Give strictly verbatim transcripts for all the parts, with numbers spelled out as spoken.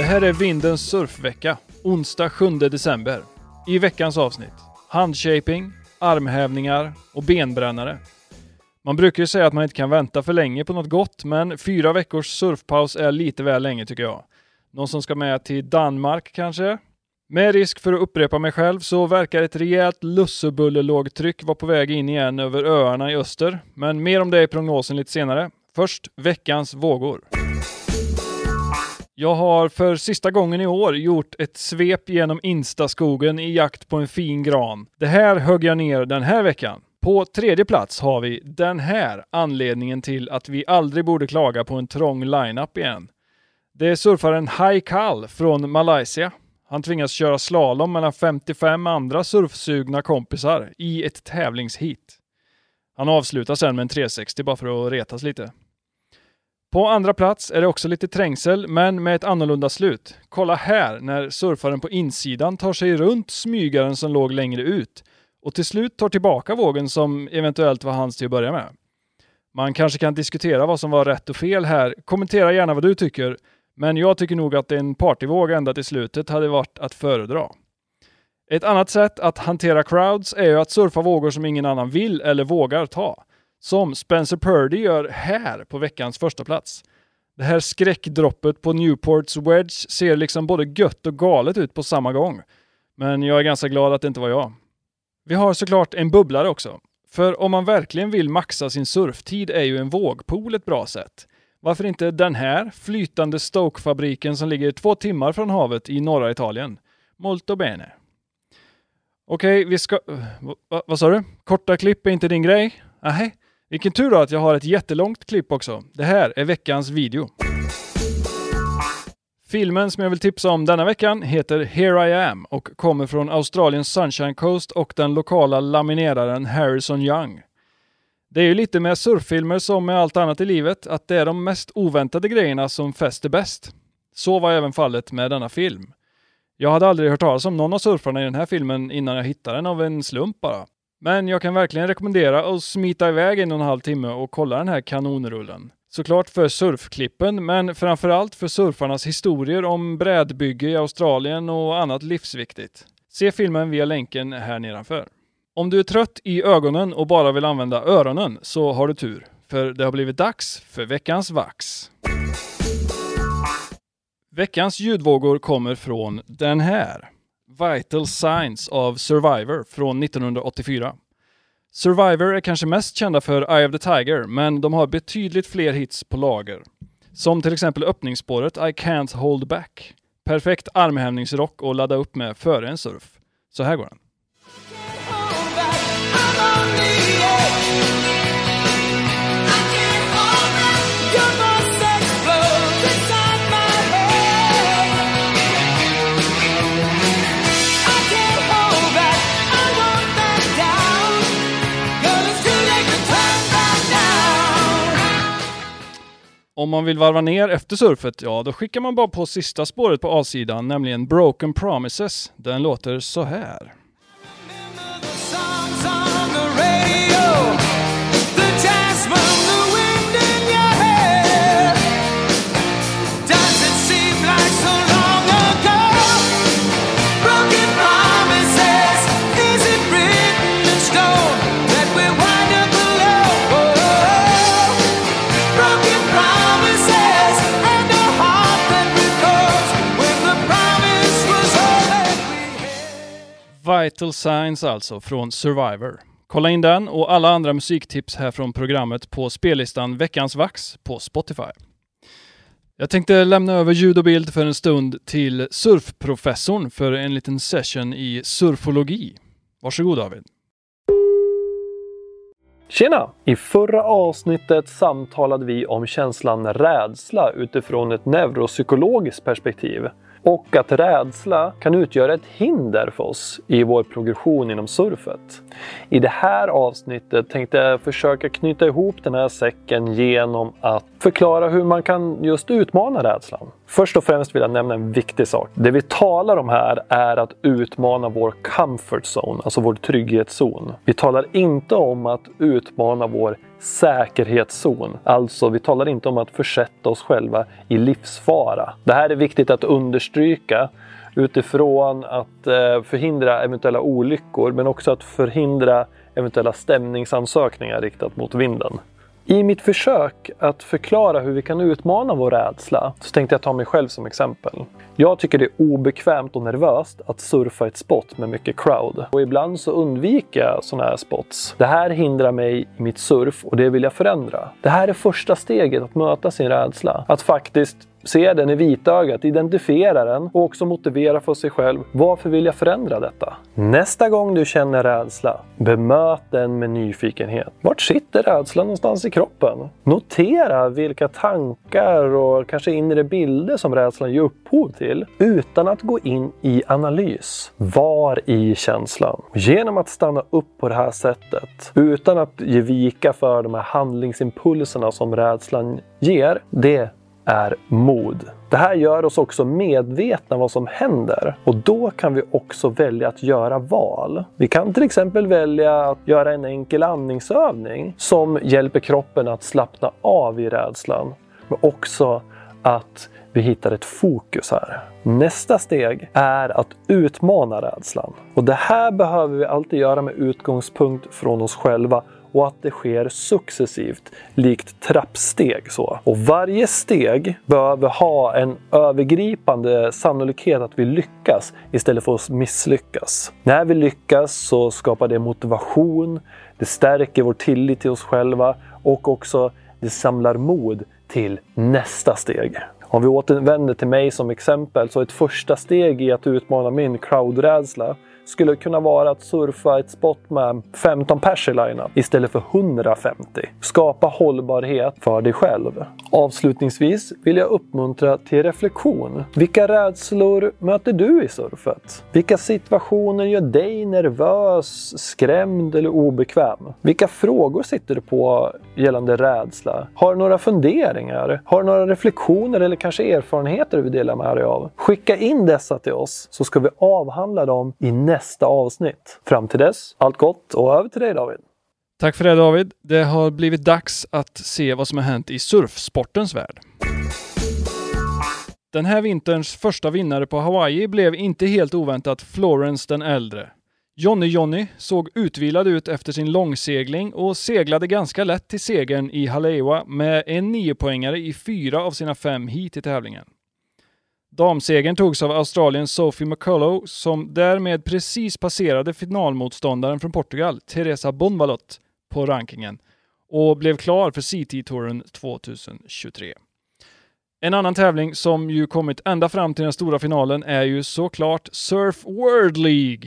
här är Vindens surfvecka, onsdag sjunde december. I veckans avsnitt, handshaping, armhävningar och benbrännare. Man brukar ju säga att man inte kan vänta för länge på något gott, men fyra veckors surfpaus är lite väl länge tycker jag. Någon som ska med till Danmark kanske? Med risk för att upprepa mig själv så verkar ett rejält lussebulle-lågtryck vara på väg in igen över öarna i öster. Men mer om det i prognosen lite senare. Först veckans vågor. Jag har för sista gången i år gjort ett svep genom Instaskogen i jakt på en fin gran. Det här högg jag ner den här veckan. På tredje plats har vi den här anledningen till att vi aldrig borde klaga på en trång lineup igen. Det är surfaren Haikal från Malaysia. Han tvingas köra slalom mellan femtiofem andra surfsugna kompisar i ett tävlingsheat. Han avslutar sen med en trehundrasextio bara för att retas lite. På andra plats är det också lite trängsel men med ett annorlunda slut. Kolla här när surfaren på insidan tar sig runt smygaren som låg längre ut och till slut tar tillbaka vågen som eventuellt var hans till att börja med. Man kanske kan diskutera vad som var rätt och fel här. Kommentera gärna vad du tycker. Men jag tycker nog att en partyvåg ända till slutet hade varit att föredra. Ett annat sätt att hantera crowds är ju att surfa vågor som ingen annan vill eller vågar ta. Som Spencer Purdy gör här på veckans första plats. Det här skräckdroppet på Newports Wedge ser liksom både gött och galet ut på samma gång. Men jag är ganska glad att det inte var jag. Vi har såklart en bubblare också. För om man verkligen vill maxa sin surftid är ju en vågpool ett bra sätt. Varför inte den här flytande Stoke-fabriken som ligger två timmar från havet i norra Italien? Molto bene. Okej, vi ska... Va, vad sa du? Korta klipp är inte din grej? Nej. Vilken tur då att jag har ett jättelångt klipp också. Det här är veckans video. Filmen som jag vill tipsa om denna veckan heter Here I Am och kommer från Australiens Sunshine Coast och den lokala lamineraren Harrison Young. Det är ju lite med surffilmer som med allt annat i livet att det är de mest oväntade grejerna som fäster bäst. Så var även fallet med denna film. Jag hade aldrig hört talas om någon av surfarna i den här filmen innan jag hittade den av en slump bara. Men jag kan verkligen rekommendera att smita iväg en och en halv timme och kolla den här kanonrullen. Såklart för surfklippen, men framförallt för surfarnas historier om brädbygge i Australien och annat livsviktigt. Se filmen via länken här nedanför. Om du är trött i ögonen och bara vill använda öronen så har du tur. För det har blivit dags för veckans vax. Veckans ljudvågor kommer från den här. Vital Signs av Survivor från nittonhundraåttiofyra. Survivor är kanske mest kända för Eye of the Tiger, men de har betydligt fler hits på lager. Som till exempel öppningsspåret I Can't Hold Back. Perfekt armhävningsrock och ladda upp med före en surf. Så här går den. Om man vill varva ner efter surfet, ja då skickar man bara på sista spåret på A-sidan, nämligen Broken Promises. Den låter så här. Vital Signs alltså från Survivor. Kolla in den och alla andra musiktips här från programmet på spellistan Veckans Vax på Spotify. Jag tänkte lämna över ljud och bild för en stund till surfprofessorn för en liten session i surfologi. Varsågod David. Tjena! I förra avsnittet samtalade vi om känslan rädsla utifrån ett neuropsykologiskt perspektiv. Och att rädsla kan utgöra ett hinder för oss i vår progression inom surfet. I det här avsnittet tänkte jag försöka knyta ihop den här säcken genom att förklara hur man kan just utmana rädslan. Först och främst vill jag nämna en viktig sak. Det vi talar om här är att utmana vår comfort zone, alltså vår trygghetszon. Vi talar inte om att utmana vår säkerhetszon. Alltså, vi talar inte om att försätta oss själva i livsfara. Det här är viktigt att understryka utifrån att eh, förhindra eventuella olyckor, men också att förhindra eventuella stämningsansökningar riktat mot vinden. I mitt försök att förklara hur vi kan utmana vår rädsla så tänkte jag ta mig själv som exempel. Jag tycker det är obekvämt och nervöst att surfa ett spot med mycket crowd. Och ibland så undviker jag sådana här spots. Det här hindrar mig i mitt surf och det vill jag förändra. Det här är första steget att möta sin rädsla. Att faktiskt se den i vitögat, identifiera den och också motivera för sig själv. Varför vill jag förändra detta? Nästa gång du känner rädsla, bemöt den med nyfikenhet. Vart sitter rädslan någonstans i kroppen? Notera vilka tankar och kanske inre bilder som rädslan ger upphov till utan att gå in i analys. Var i känslan. Genom att stanna upp på det här sättet utan att ge vika för de här handlingsimpulserna som rädslan ger, det är mod. Det här gör oss också medvetna vad som händer och då kan vi också välja att göra val. Vi kan till exempel välja att göra en enkel andningsövning som hjälper kroppen att slappna av i rädslan, men också att vi hittar ett fokus här. Nästa steg är att utmana rädslan. Och det här behöver vi alltid göra med utgångspunkt från oss själva och att det sker successivt, likt trappsteg så. Och varje steg behöver ha en övergripande sannolikhet att vi lyckas istället för att misslyckas. När vi lyckas så skapar det motivation, det stärker vår tillit till oss själva och också det samlar mod till nästa steg. Om vi återvänder till mig som exempel så ett första steg i att utmana min crowdrädsla skulle kunna vara att surfa ett spot med femton pers i line-up istället för hundrafemtio. Skapa hållbarhet för dig själv. Avslutningsvis vill jag uppmuntra till reflektion. Vilka rädslor möter du i surfet? Vilka situationer gör dig nervös, skrämd eller obekväm? Vilka frågor sitter du på gällande rädsla? Har du några funderingar? Har du några reflektioner eller kanske erfarenheter du vill dela med dig av? Skicka in dessa till oss så ska vi avhandla dem i nästa avsnitt. Fram till dess, allt gott och över till dig David. Tack för det David. Det har blivit dags att se vad som har hänt i surfsportens värld. Den här vinterns första vinnare på Hawaii blev inte helt oväntat Florence den äldre. Johnny Johnny såg utvilad ut efter sin långsegling och seglade ganska lätt till segern i Haleiwa med en niopoängare i fyra av sina fem hit i tävlingen. Damsegern togs av Australien Sophie McCullough som därmed precis passerade finalmotståndaren från Portugal, Teresa Bonvalot, på rankingen och blev klar för C T-touren tjugohundratjugotre. En annan tävling som ju kommit ända fram till den stora finalen är ju såklart Surf World League.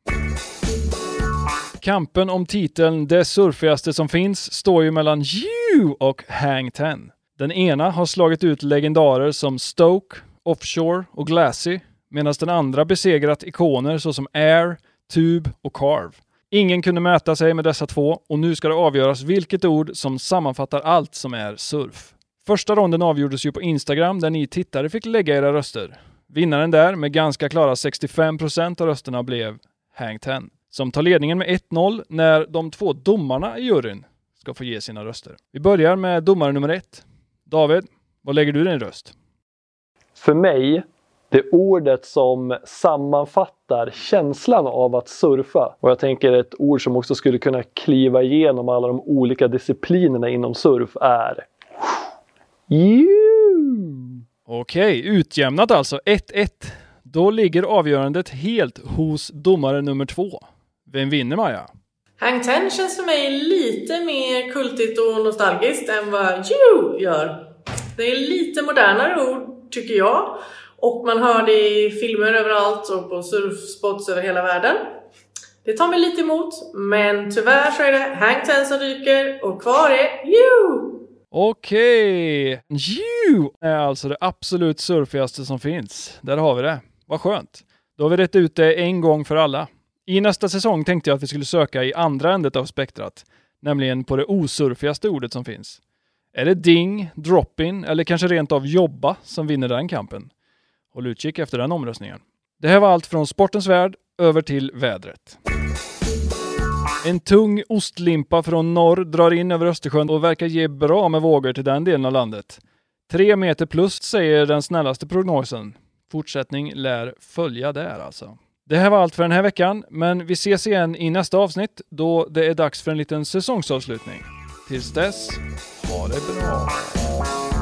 Kampen om titeln det surfigaste som finns står ju mellan You och Hang Ten. Den ena har slagit ut legendarer som Stoke, Offshore och Glassy, medan den andra besegrat ikoner såsom Air, Tube och Carve. Ingen kunde mäta sig med dessa två och nu ska det avgöras vilket ord som sammanfattar allt som är surf. Första ronden avgjordes ju på Instagram där ni tittare fick lägga era röster. Vinnaren där med ganska klara sextiofem procent av rösterna blev Hang Ten, som tar ledningen med ett noll när de två domarna i juryn ska få ge sina röster. Vi börjar med domare nummer ett. David, vad lägger du din röst? För mig, det ordet som sammanfattar känslan av att surfa. Och jag tänker ett ord som också skulle kunna kliva igenom alla de olika disciplinerna inom surf är You! Okej, utjämnat alltså. ett ett. Då ligger avgörandet helt hos domare nummer två. Vem vinner, Maja? Hang Ten känns för mig lite mer kultigt och nostalgiskt än vad You gör. Det är lite modernare ord, tycker jag. Och man hör det i filmer överallt och på surfspots över hela världen. Det tar mig lite emot, men tyvärr så är det Hang Ten som ryker och kvar är You! Okej, You är alltså det absolut surfigaste som finns. Där har vi det. Vad skönt. Då har vi rätt ut det en gång för alla. I nästa säsong tänkte jag att vi skulle söka i andra ändet av spektrat. Nämligen på det osurfigaste ordet som finns. Är det ding, drop-in eller kanske rent av jobba som vinner den kampen? Håll utkik efter den omröstningen. Det här var allt från sportens värld över till vädret. En tung ostlimpa från norr drar in över Östersjön och verkar ge bra med vågor till den delen av landet. Tre meter plus säger den snällaste prognosen. Fortsättning lär följa där alltså. Det här var allt för den här veckan, men vi ses igen i nästa avsnitt då det är dags för en liten säsongsavslutning. Tills dess, ha det bra!